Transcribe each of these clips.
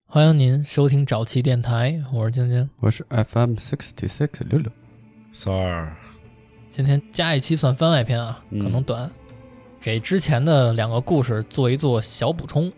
欢迎您收听早期电台，我是晶晶， 我是 FM6666 三儿。 今天加一期算番外篇啊，可能短，给之前的2个故事做一做小补充，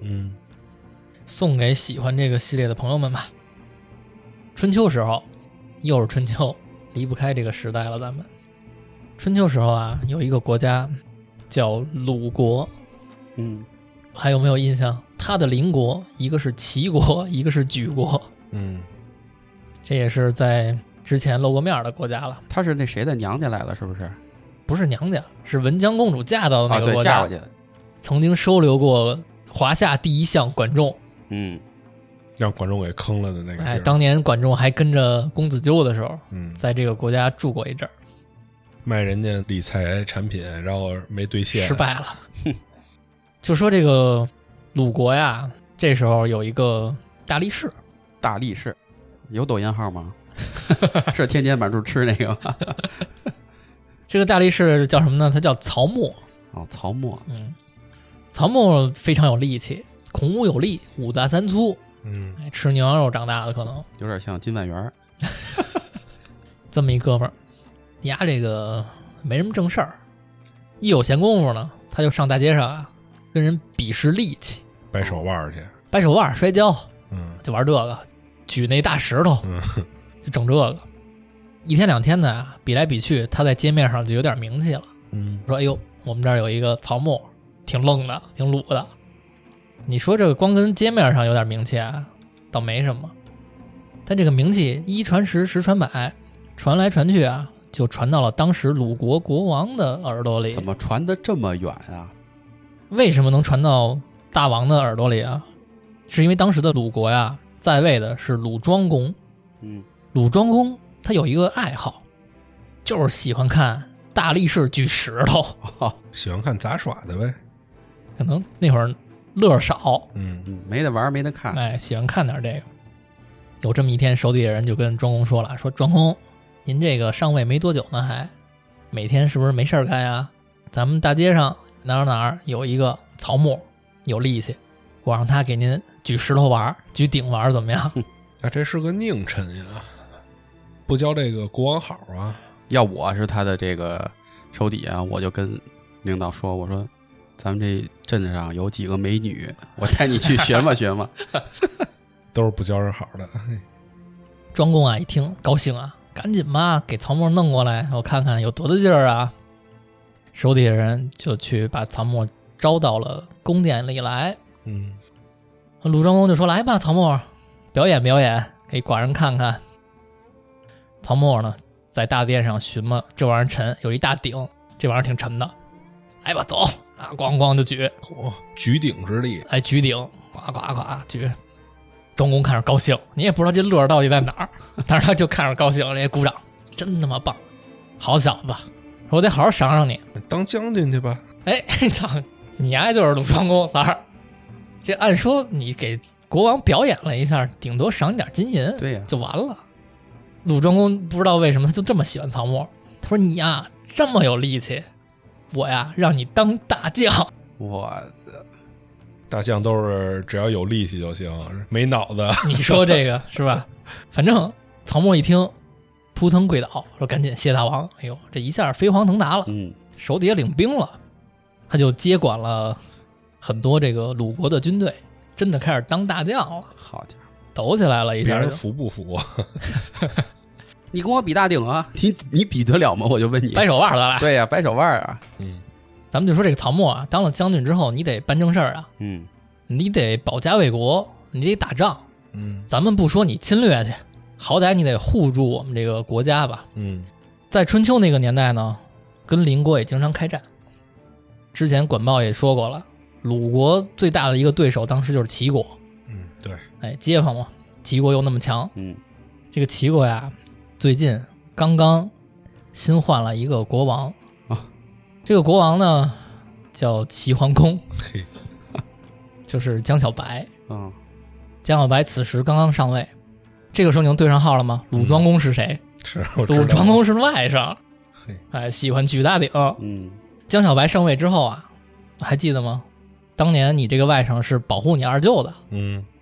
送给喜欢这个系列的朋友们吧。春秋时候，又是春秋，离不开这个时代了。咱们春秋时候啊，有一个国家叫鲁国，还有没有印象？他的邻国一个是齐国，一个是莒国，这也是在之前露过面的国家了。 他是那谁的娘家来了，是不是？ 不是娘家，是文姜公主嫁到的那个国家， 对，嫁过去的。 曾经收留过华夏第一相管仲， 让管仲给坑了的那个地儿。 当年管仲还跟着公子纠的时候，在这个国家住过一阵儿， 卖人家理财产品，然后没兑现， 失败了。就说这个鲁国呀，这时候有一个大力士。 大力士有抖音号吗？是天天满处吃那个吗？ 这个大力士叫什么呢？他叫曹沫。 曹沫。 曹沫非常有力气，孔武有力，5大3粗。吃牛羊肉长大的，可能有点像金万元。 这么一哥们儿，丫这个没什么正事儿，一有闲工夫呢，他就上大街上啊，跟人比试力气， 掰手腕去， 掰手腕、摔跤，就玩这个，举那大石头，就整这个。1天2天的啊，比来比去，他在街面上就有点名气了。说哎呦，我们这儿有一个曹沫，挺愣的，挺鲁的。你说这个光跟街面上有点名气啊，倒没什么。但这个名气1传10，10传百，传来传去啊，就传到了当时鲁国国王的耳朵里。 怎么传得这么远啊？ 为什么能传到大王的耳朵里啊？是因为当时的鲁国呀，在位的是鲁庄公。鲁庄公他有一个爱好，就是喜欢看大力士举石头。 喜欢看杂耍的呗。 可能那会儿乐少， 没得玩没得看， 喜欢看点这个。有这么一天，手底下人就跟庄公说了，说庄公，您这个上位没多久呢，还每天是不是没事儿干呀？咱们大街上哪儿有一个曹沫，有力气，我让他给您举石头玩，举鼎玩，怎么样？ 这是个佞臣呀，不交这个国王好啊。 要我是他的这个手底下，我就跟领导说，我说咱们这镇上有几个美女，我带你去学嘛学嘛。 都是不交人好的。 庄公啊一听高兴啊，赶紧吧给曹沫弄过来，我看看有多大劲儿啊。手底下人就去把曹沫招到了宫殿里来。鲁庄公就说，来吧曹沫，表演表演，给寡人看看。曹沫呢在大殿上寻摸，这玩意儿沉，有一大鼎，这玩意儿挺沉的，来吧走啊，咣咣就举。 举鼎之力， 举鼎，呱呱呱举。庄公看着高兴，你也不知道这乐到底在哪儿，但是他就看着高兴，人家鼓掌，真他妈棒，好小子，我得好好赏赏你， 当将军去吧。 操，你丫就是鲁庄公三儿，这按说你给国王表演了一下，顶多赏你点金银， 对呀， 就完了。鲁庄公不知道为什么他就这么喜欢曹沫，他说你呀这么有力气，我呀让你当大将。 我操！ 大将都是只要有力气就行，没脑子。 你说这个是吧？反正曹沫一听，扑腾跪倒，说赶紧谢大王。哎呦，这一下飞黄腾达了，手底下领兵了，他就接管了很多这个鲁国的军队，真的开始当大将了。 好家伙， 抖起来了一下。 别人服不服？ 你跟我比大鼎啊？你比得了吗？我就问你。 掰手腕了， 对呀，掰手腕啊。 咱们就说这个曹沫啊，当了将军之后，你得办正事儿啊，你得保家卫国，你得打仗，咱们不说你侵略去，好歹你得护住我们这个国家吧，在春秋那个年代呢，跟邻国也经常开战。之前管报也说过了，鲁国最大的一个对手当时就是齐国， 对， 街坊嘛，齐国又那么强，这个齐国呀，最近刚刚新换了一个国王。这个国王呢叫齐桓公，就是江小白。江小白此时刚刚上位，这个时候你能对上号了吗？鲁庄公是谁？ 是鲁庄公是外甥，喜欢举大鼎。江小白上位之后啊，还记得吗？当年你这个外甥是保护你二舅的，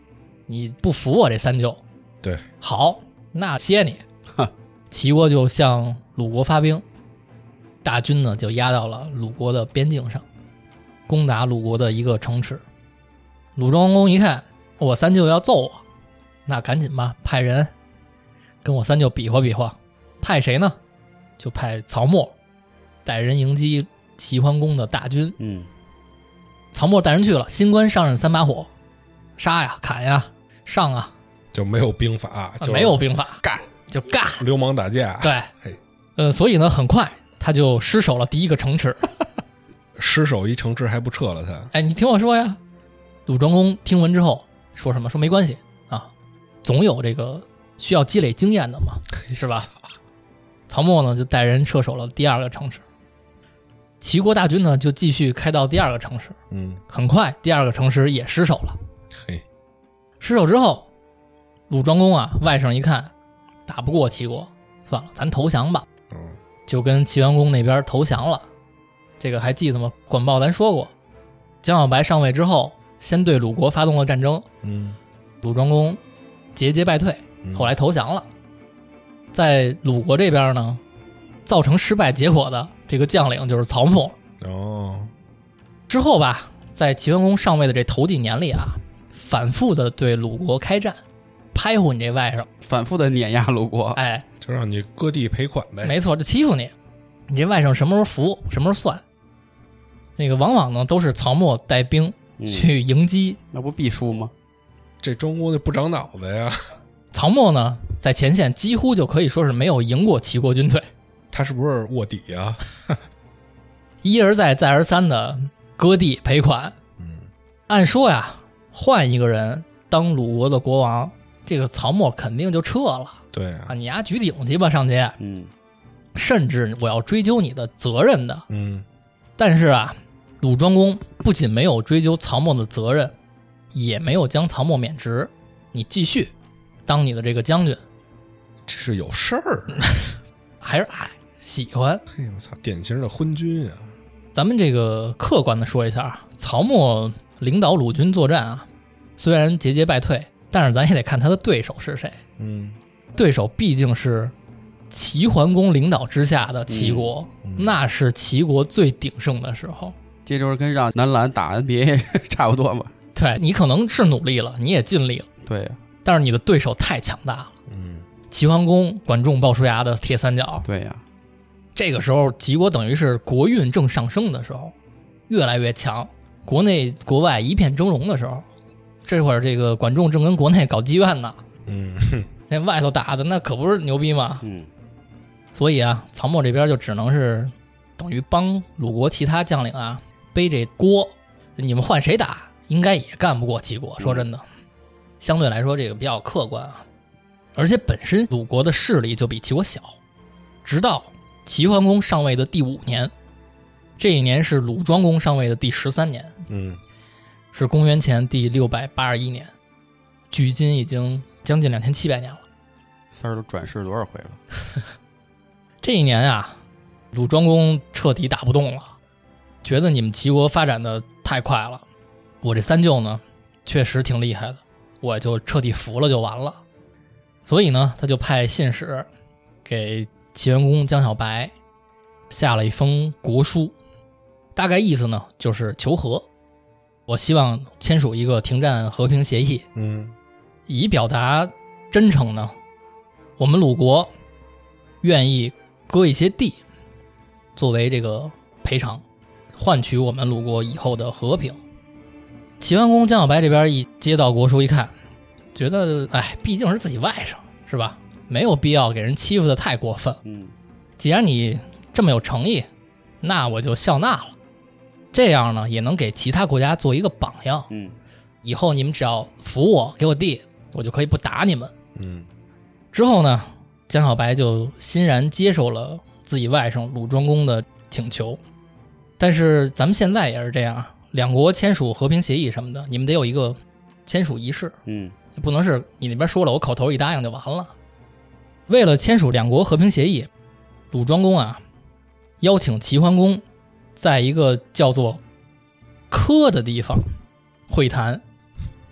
你不服我这三舅， 对， 好，那歇你。齐国就向鲁国发兵，大军呢就压到了鲁国的边境上，攻打鲁国的一个城池。鲁庄公一看我三舅要揍我，那赶紧吧，派人跟我三舅比划比划。派谁呢？就派曹沫带人迎击齐桓公的大军。曹沫带人去了，新官上任3把火，杀呀砍呀上啊， 就没有兵法， 没有兵法， 干就尬， 流氓打架。 对，所以呢，很快他就失守了第一个城池。 失守一城池还不撤了他？ 哎，你听我说呀。鲁庄公听闻之后说什么？说没关系啊，总有这个需要积累经验的嘛，是吧？曹沫呢就带人撤守了第二个城池。齐国大军呢就继续开到第二个城市。很快第二个城市也失守了。失守之后，鲁庄公啊外甥一看打不过齐国，算了，咱投降吧。就跟齐桓公那边投降了。这个还记得吗？管报咱说过，姜小白上位之后先对鲁国发动了战争。鲁庄公节节败退，后来投降了。在鲁国这边呢，造成失败结果的这个将领就是曹沫。之后吧，在齐桓公上位的这头几年里啊，反复的对鲁国开战，拍乎你这外甥， 反复的碾压鲁国。 哎， 就让你割地赔款呗。 没错，就欺负你，你这外甥什么时候服，什么时候算。那个往往呢都是曹沫带兵去迎击， 那不必输吗？ 这庄公就不长脑子呀。 曹沫呢在前线几乎就可以说是没有赢过齐国军队。 他是不是卧底啊？ 一而再再而三的割地赔款。按说呀，换一个人当鲁国的国王，这个曹沫肯定就撤了。 对啊， 你丫举鼎去吧上去。甚至我要追究你的责任的。但是啊，鲁庄公不仅没有追究曹沫的责任，也没有将曹沫免职，你继续当你的这个将军。 这是有事儿。 还是爱喜欢。 嘿，我操，典型的昏君啊！ 咱们这个客观的说一下，曹沫领导鲁军作战啊，虽然节节败退，但是咱也得看他的对手是谁。对手毕竟是齐桓公领导之下的齐国，那是齐国最鼎盛的时候。 这就是跟让男篮打 NBA 差不多嘛。 对，你可能是努力了，你也尽力了， 对呀， 但是你的对手太强大了。齐桓公、管仲、鲍叔牙的铁三角。 对呀， 这个时候齐国等于是国运正上升的时候，越来越强，国内国外一片峥嵘的时候，这会儿这个管仲正跟国内搞妓院呢。那外头打的那可不是牛逼吗？所以啊，曹沫这边就只能是等于帮鲁国其他将领啊背这锅，你们换谁打，应该也干不过齐国。说真的，相对来说这个比较客观啊。而且本身鲁国的势力就比齐国小，直到齐桓公上位的第5年，这一年是鲁庄公上位的第13年，是公元前第681年，距今已经将近2700年了。 三儿都转世多少回了？ 这一年啊，鲁庄公彻底打不动了，觉得你们齐国发展的太快了，我这三舅呢确实挺厉害的，我就彻底服了就完了。所以呢，他就派信使给齐桓公姜小白下了一封国书，大概意思呢就是求和，我希望签署一个停战和平协议。以表达真诚呢，我们鲁国愿意割一些地作为这个赔偿，换取我们鲁国以后的和平。齐桓公姜小白这边一接到国书一看，觉得毕竟是自己外甥是吧，没有必要给人欺负的太过分。既然你这么有诚意，那我就笑纳了，这样呢也能给其他国家做一个榜样。以后你们只要服我，给我地，我就可以不打你们。之后呢，姜小白就欣然接受了自己外甥鲁庄公的请求。但是咱们现在也是这样，两国签署和平协议什么的，你们得有一个签署仪式，不能是你那边说了我口头一答应就完了。为了签署两国和平协议，鲁庄公啊邀请齐桓公在一个叫做柯的地方会谈。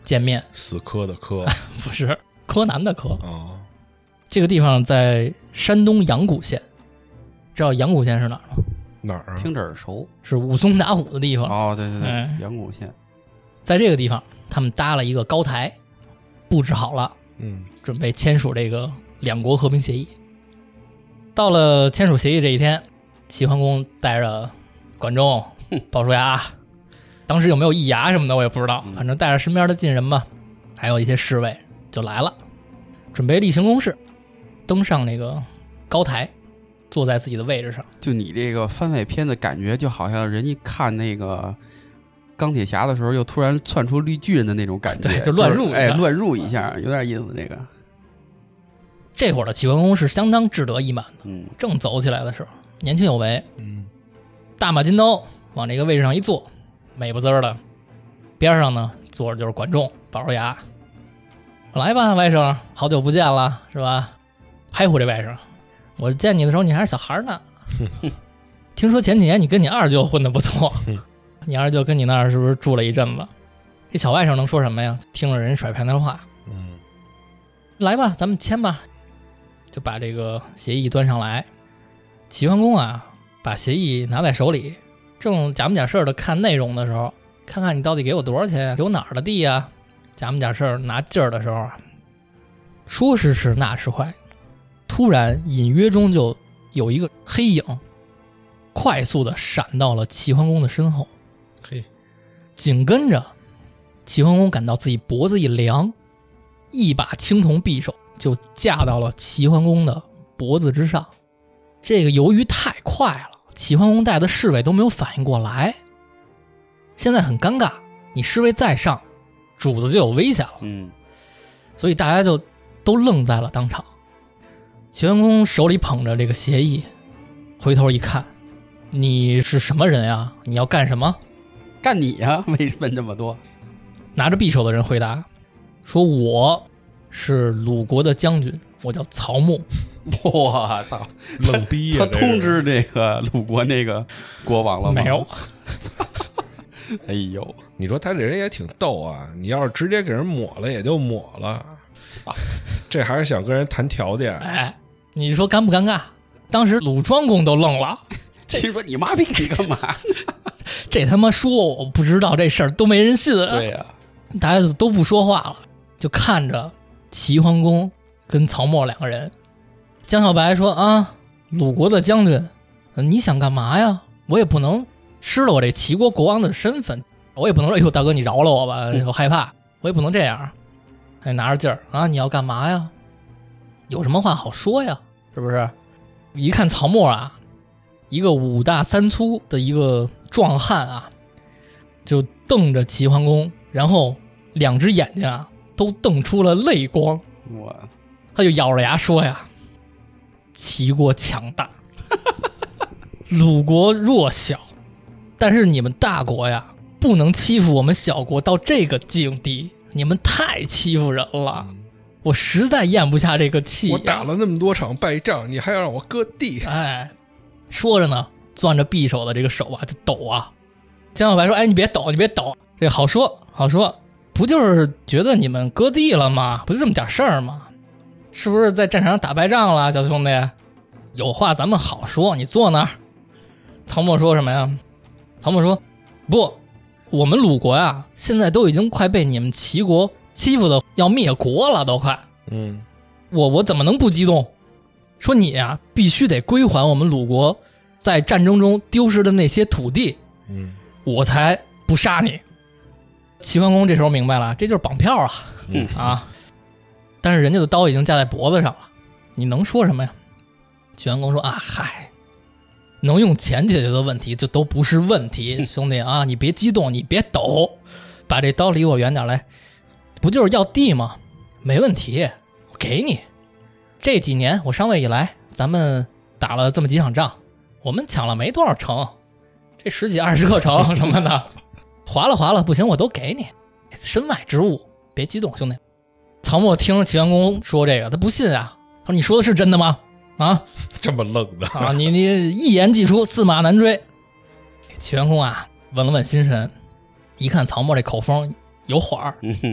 见面。 死磕的磕不是柯南的柯。 哦， 这个地方在山东阳谷县，知道阳谷县是哪儿吗？ 哪儿啊？ 听着耳熟， 是武松打虎的地方。 哦，对对对，阳谷县。 在这个地方，他们搭了一个高台，布置好了，准备签署这个两国和平协议。到了签署协议这一天，齐桓公带着管仲、鲍叔牙，当时有没有易牙什么的我也不知道，反正带着身边的近人吧，还有一些侍卫就来了，准备例行公事，登上那个高台，坐在自己的位置上。 就你这个番外篇的感觉，就好像人家看那个钢铁侠的时候，又突然窜出绿巨人的那种感觉， 对，就乱入， 乱入一下，有点意思。这个这会儿的齐桓公是相当志得意满的，正走起来的时候，年轻有为，大马金刀往这个位置上一坐，美不滋儿的。边上呢坐着就是管仲、鲍叔牙。来吧，外甥，好久不见了，是吧？拍呼这外甥，我见你的时候你还是小孩呢。听说前几年你跟你二舅混得不错，你二舅跟你那儿是不是住了一阵子？这小外甥能说什么呀？听着人甩牌那话，来吧，咱们签吧。就把这个协议端上来。齐桓公啊，把协议拿在手里，正假模假式的看内容的时候，看看你到底给我多少钱，给我哪儿的地啊？假模假式拿劲儿的时候啊，说时迟那时快，突然隐约中就有一个黑影快速的闪到了齐桓公的身后。紧跟着齐桓公感到自己脖子一凉，一把青铜匕首就架到了齐桓公的脖子之上。这个由于太快了，齐桓公带的侍卫都没有反应过来。现在很尴尬，你侍卫再上，主子就有危险了。所以大家就都愣在了当场。齐桓公手里捧着这个协议，回头一看，你是什么人呀？你要干什么？ 干你呀？为什么问这么多？ 拿着匕首的人回答说，我是鲁国的将军，我叫曹牧。 我操， 愣逼呀！ 他通知这个鲁国那个国王了吗？ 没有。 哎呦， 你说他这人也挺逗啊！你要是直接给人抹了也就抹了，这还是想跟人谈条件。 哎，你说尴不尴尬？当时鲁庄公都愣了， 心说你妈逼给你干嘛？ 这他妈说我不知道这事儿都没人信啊！ 对呀， 大家都不说话了，就看着齐桓公跟曹沫两个人。江小白说啊，鲁国的将军，你想干嘛呀？我也不能失了我这齐国国王的身份，我也不能说哎呦大哥你饶了我吧，我害怕，我也不能这样。还拿着劲儿啊，你要干嘛呀？有什么话好说呀？是不是？一看曹沫啊，一个5大3粗的一个壮汉啊，就瞪着齐桓公，然后两只眼睛啊都瞪出了泪光。他就咬着牙说呀，齐国强大，鲁国弱小，但是你们大国呀不能欺负我们小国到这个境地，你们太欺负人了，我实在咽不下这个气。 我打了那么多场败仗，你还要让我割地？ 哎，说着呢，攥着匕首的这个手啊就抖啊。江小白说：“哎，你别抖，你别抖，这好说好说，不就是觉得你们割地了吗？不就这么点事儿吗？是不是在战场上打败仗了，小兄弟？有话咱们好说，你坐那儿。”曹沫说什么呀？曹沫说：“不，我们鲁国呀，现在都已经快被你们齐国欺负的要灭国了，都快。我怎么能不激动？说你呀，必须得归还我们鲁国在战争中丢失的那些土地，我才不杀你。”齐桓公这时候明白了，这就是绑票啊，啊！但是人家的刀已经架在脖子上了，你能说什么呀？齐桓公说：“啊，嗨，能用钱解决的问题，就都不是问题，兄弟啊，你别激动，你别抖，把这刀离我远点来。不就是要地吗？没问题，我给你。这几年我上位以来，咱们打了这么几场仗，我们抢了没多少城，这10几20个城什么的，划了，不行我都给你，身外之物，别激动，兄弟。”曹沫听了齐桓公说这个，他不信啊，他说：“你说的是真的吗？啊， 这么愣的啊！你一言既出，驷马难追。”齐桓公啊，稳了稳心神，一看曹沫这口风有缓儿，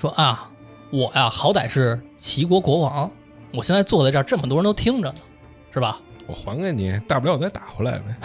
说啊，我呀好歹是齐国国王，我现在坐在这儿，这么多人都听着呢，是吧？ 我还给你，大不了我再打回来呗。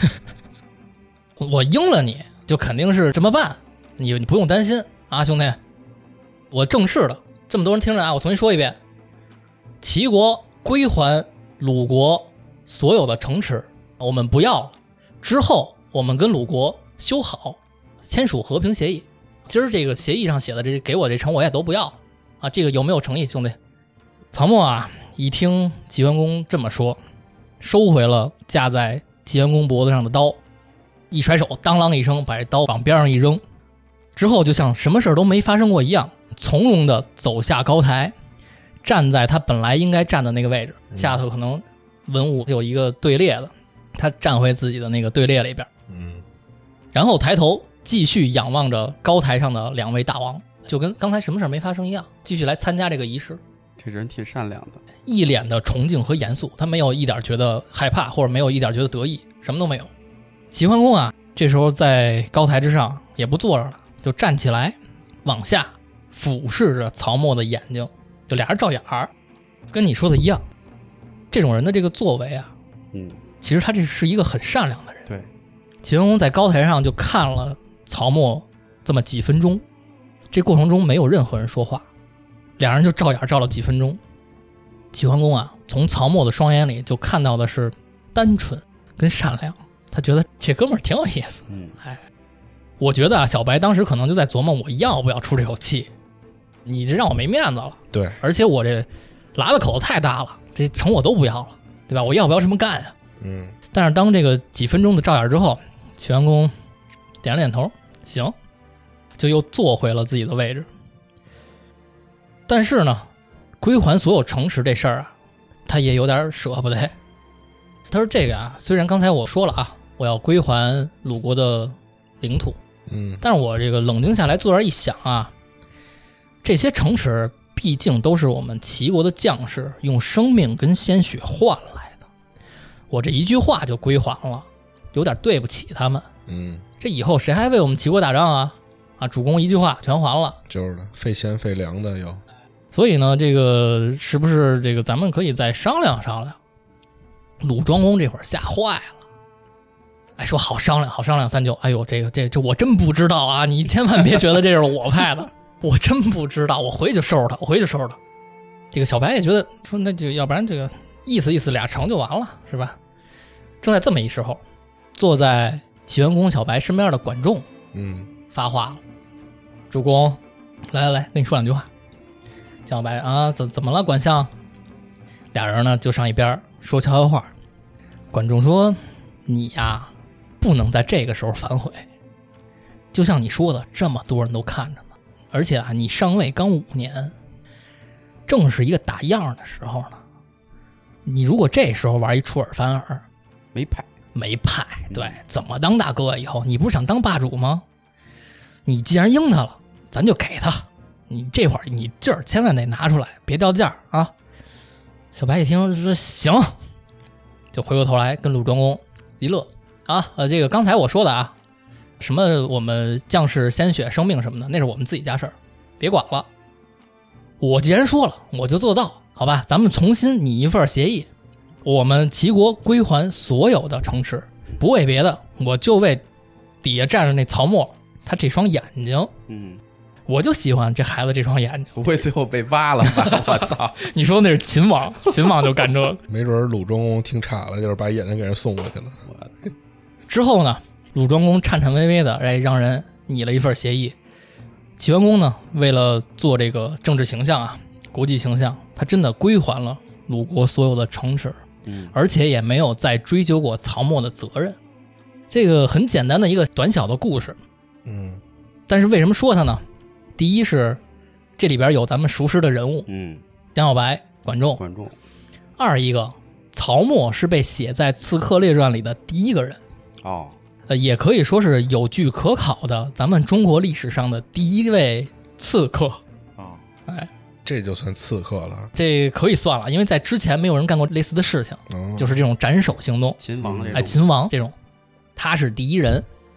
我应了你，就肯定是这么办，你不用担心啊，兄弟。我正式的，这么多人听着啊，我重新说一遍：齐国归还鲁国所有的城池，我们不要了。之后我们跟鲁国修好，签署和平协议。今儿这个协议上写的这给我这城我也都不要啊，这个有没有诚意，兄弟？曹沫啊，一听齐桓公这么说，收回了架在齐桓公脖子上的刀，一甩手，当啷一声把这刀往边上一扔，之后就像什么事都没发生过一样，从容地走下高台，站在他本来应该站的那个位置，下头可能文武有一个队列的，他站回自己的那个队列里边，然后抬头继续仰望着高台上的两位大王，就跟刚才什么事没发生一样，继续来参加这个仪式。 这人挺善良的， 一脸的崇敬和严肃，他没有一点觉得害怕，或者没有一点觉得得意，什么都没有。齐桓公啊，这时候在高台之上也不坐着了，就站起来，往下俯视着曹沫的眼睛，就俩人照眼儿，跟你说的一样。这种人的这个作为啊，其实他这是一个很善良的人。 对， 齐桓公在高台上就看了曹沫这么几分钟，这过程中没有任何人说话，俩人就照眼照了几分钟。齐桓公啊，从曹沫的双眼里就看到的是单纯跟善良，他觉得这哥们儿挺有意思。我觉得啊，小白当时可能就在琢磨，我要不要出这口气？你这让我没面子了。 对， 而且我这拉的口子太大了，这城我都不要了，对吧？我要不要这么干呀？但是当这个几分钟的照眼之后，齐桓公点了点头，行，就又坐回了自己的位置。但是呢，归还所有城池这事儿啊，他也有点舍不得。他说这个啊，虽然刚才我说了啊，我要归还鲁国的领土，但是我这个冷静下来坐这儿一想啊，这些城池毕竟都是我们齐国的将士用生命跟鲜血换来的，我这一句话就归还了，有点对不起他们。这以后谁还为我们齐国打仗啊？主公一句话全还了， 就是的，费钱费粮的又。 所以呢，这个是不是这个咱们可以再商量商量？鲁庄公这会儿吓坏了，哎，说好商量好商量，三舅，哎呦，这我真不知道啊，你千万别觉得这是我派的，我真不知道，我回去收拾他，我回去收拾他。这个小白也觉得说，那就要不然这个意思意思俩成就完了，是吧？正在这么一时候，坐在齐桓公小白身边的管仲，发话了，主公，来，跟你说两句话。小白啊，怎么了，管相？俩人呢就上一边说悄悄话。管仲说：“你呀，不能在这个时候反悔。就像你说的，这么多人都看着呢，而且啊，你上位刚5年，正是一个打样的时候呢。你如果这时候玩一出尔反尔，没派，对，怎么当大哥以后？你不是想当霸主吗？你既然应他了，咱就给他。你这会儿你劲儿千万得拿出来，别掉价啊！”小白一听说行，就回过头来跟鲁庄公一乐啊，这个刚才我说的啊，什么我们将士鲜血生命什么的，那是我们自己家事儿，别管了。我既然说了，我就做到，好吧？咱们重新拟一份协议，我们齐国归还所有的城池，不为别的，我就为底下站着那曹沫他这双眼睛，我就喜欢这孩子这双眼睛， 不会最后被挖了吧？我操！ 你说那是秦王，秦王就干这个， 没准鲁庄公听岔了，就是把眼睛给人送过去了。 之后呢，鲁庄公颤颤巍巍的让人拟了一份协议。齐桓公呢，为了做这个政治形象啊，国际形象，他真的归还了鲁国所有的城池，而且也没有再追究过曹沫的责任。这个很简单的一个短小的故事，但是为什么说他呢？第一是这里边有咱们熟识的人物，蒋小白、管仲。二一个，曹沫是被写在《刺客列传》里的第一个人，也可以说是有据可考的咱们中国历史上的第一位刺客。 这就算刺客了， 这可以算了，因为在之前没有人干过类似的事情，就是这种斩首行动。 秦王秦王这种，他是第一人。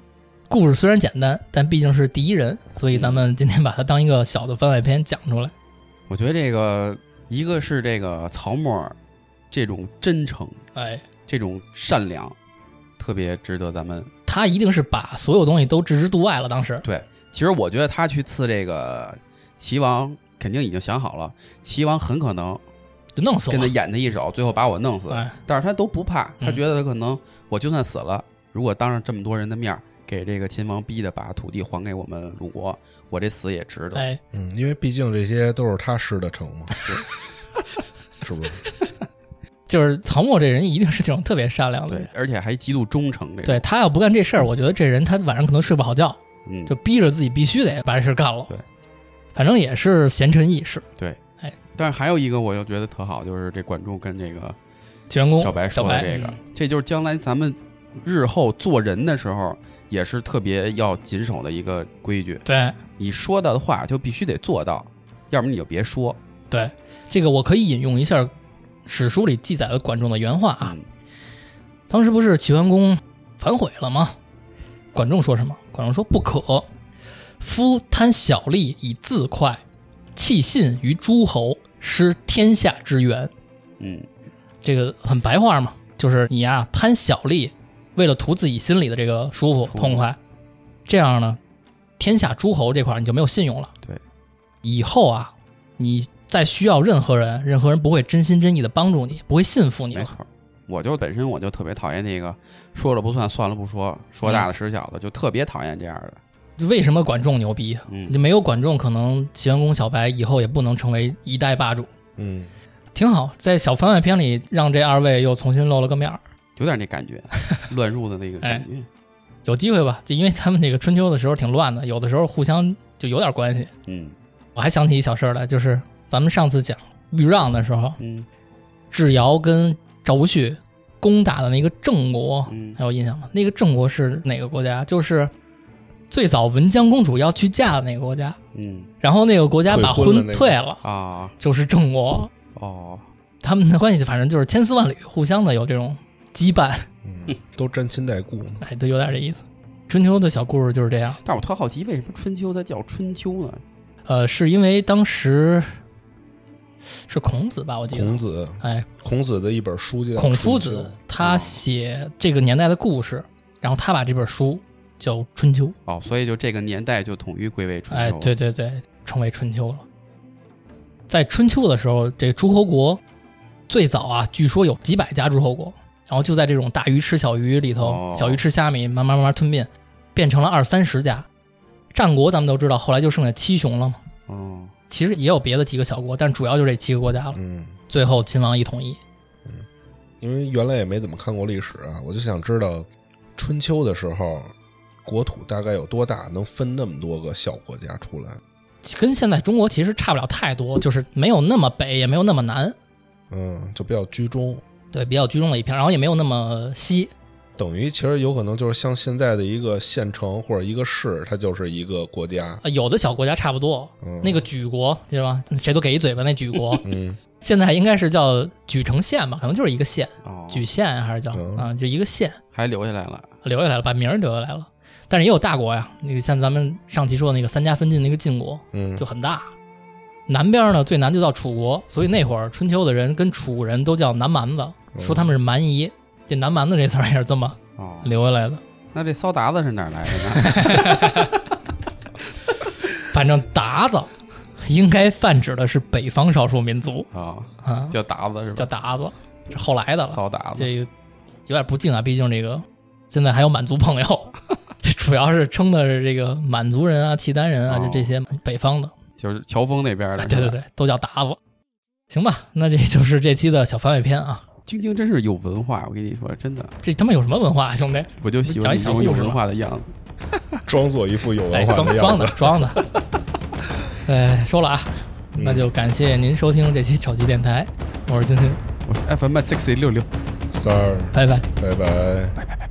故事虽然简单，但毕竟是第一人，所以咱们今天把它当一个小的番外篇讲出来。 我觉得这个一个是这个曹沫这种真诚，这种善良，特别值得咱们。 他一定是把所有东西都置之度外了。当时对，其实我觉得他去刺这个齐王，肯定已经想好了，齐王很可能就弄死我， 跟他演他一手，最后把我弄死。但是他都不怕，他觉得他可能我就算死了，如果当着这么多人的面给这个秦王逼的把土地还给我们鲁国，我这死也值得。 因为毕竟这些都是他施的成嘛，是不是？ 就是曹沫这人一定是这种特别善良的人， 对，而且还极度忠诚。 对，他要不干这事儿，我觉得这人他晚上可能睡不好觉，就逼着自己必须得把这事干了。 对， 反正也是贤臣义士。 对，但是还有一个我又觉得特好，就是这管仲跟这个齐桓公小白说的这个，这就是将来咱们日后做人的时候也是特别要谨守的一个规矩。 对， 你说到的话就必须得做到，要不你就别说。 对，这个我可以引用一下史书里记载的管仲的原话啊。当时不是齐桓公反悔了吗？管仲说什么？管仲说不可，夫贪小利以自快，弃信于诸侯，失天下之源。这个很白话嘛，就是你啊贪小利，为了图自己心里的这个舒服痛快，这样呢天下诸侯这块你就没有信用了。 对， 以后啊你再需要任何人不会真心真意的帮助你，不会信服你了。 没错，本身我就特别讨厌那个说了不算，算了不说，说大的使小的，就特别讨厌这样的。 为什么管仲牛逼？就没有管仲，可能齐桓公小白以后也不能成为一代霸主。挺好，在小番外篇里让这二位又重新露了个面儿， 有点那感觉，乱入的那个感觉。 有机会吧？就因为他们这个春秋的时候挺乱的，有的时候互相就有点关系。我还想起一小事来，就是咱们上次讲豫让的时候，智瑶跟赵无恤攻打的那个郑国，还有印象吗？那个郑国是哪个国家？就是最早文姜公主要去嫁的那个国家。然后那个国家把婚退了啊， 就是郑国。他们的关系反正就是千丝万缕，互相的有这种羁绊， 都沾亲带故， 都有点这意思。春秋的小故事就是这样。 但我特好奇，为什么春秋它叫春秋呢？ 是因为当时是孔子吧，我记得孔子的一本书叫《 孔夫子》，他写这个年代的故事，然后他把这本书叫《春秋》。 所以就这个年代就统一归为春秋。 对对对，成为春秋了。在春秋的时候，这诸侯国最早啊，据说有几百家诸侯国，然后就在这种大鱼吃小鱼里头，小鱼吃虾米，慢慢吞并，变成了20-30家。战国咱们都知道，后来就剩下7雄了嘛。其实也有别的几个小国，但主要就这7个国家了。最后秦王一统一。 因为原来也没怎么看过历史啊，我就想知道春秋的时候国土大概有多大，能分那么多个小国家出来。 跟现在中国其实差不了太多，就是没有那么北，也没有那么南。 就比较居中。 对，比较居中的一片，然后也没有那么西。 等于其实有可能就是像现在的一个县城或者一个市，它就是一个国家。 有的小国家差不多，那个莒国对吧？谁都给一嘴巴那莒国。现在应该是叫莒城县吧，可能就是一个县。莒县还是叫就一个县， 还留下来了， 把名儿留下来了。但是也有大国呀，那个像咱们上期说的那个3家分晋那个晋国，就很大。南边呢最南就到楚国，所以那会儿春秋的人跟楚人都叫南蛮子，说他们是蛮夷。这南蛮子这词儿也是这么留下来的。 那这骚达子是哪儿来的呢？ 反正达子应该泛指的是北方少数民族叫达子是吧？ 叫达子，是后来的了。 骚达子这个有点不敬啊，毕竟这个现在还有满族朋友，这主要是称的是这个满族人啊、契丹人啊，就这些北方的， 就是乔峰那边的。 对对对，都叫达子。行吧，那这就是这期的小番外篇啊。 晶晶真是有文化，我跟你说，真的。 这他妈有什么文化啊，兄弟？ 我就喜欢这种有文化的样子， 装作一副有文化的样子， 装的。收了啊，那就感谢您收听这期炒鸡电台，我是晶晶， 我是 FM 666， 3， 拜拜， 拜拜， 拜拜拜。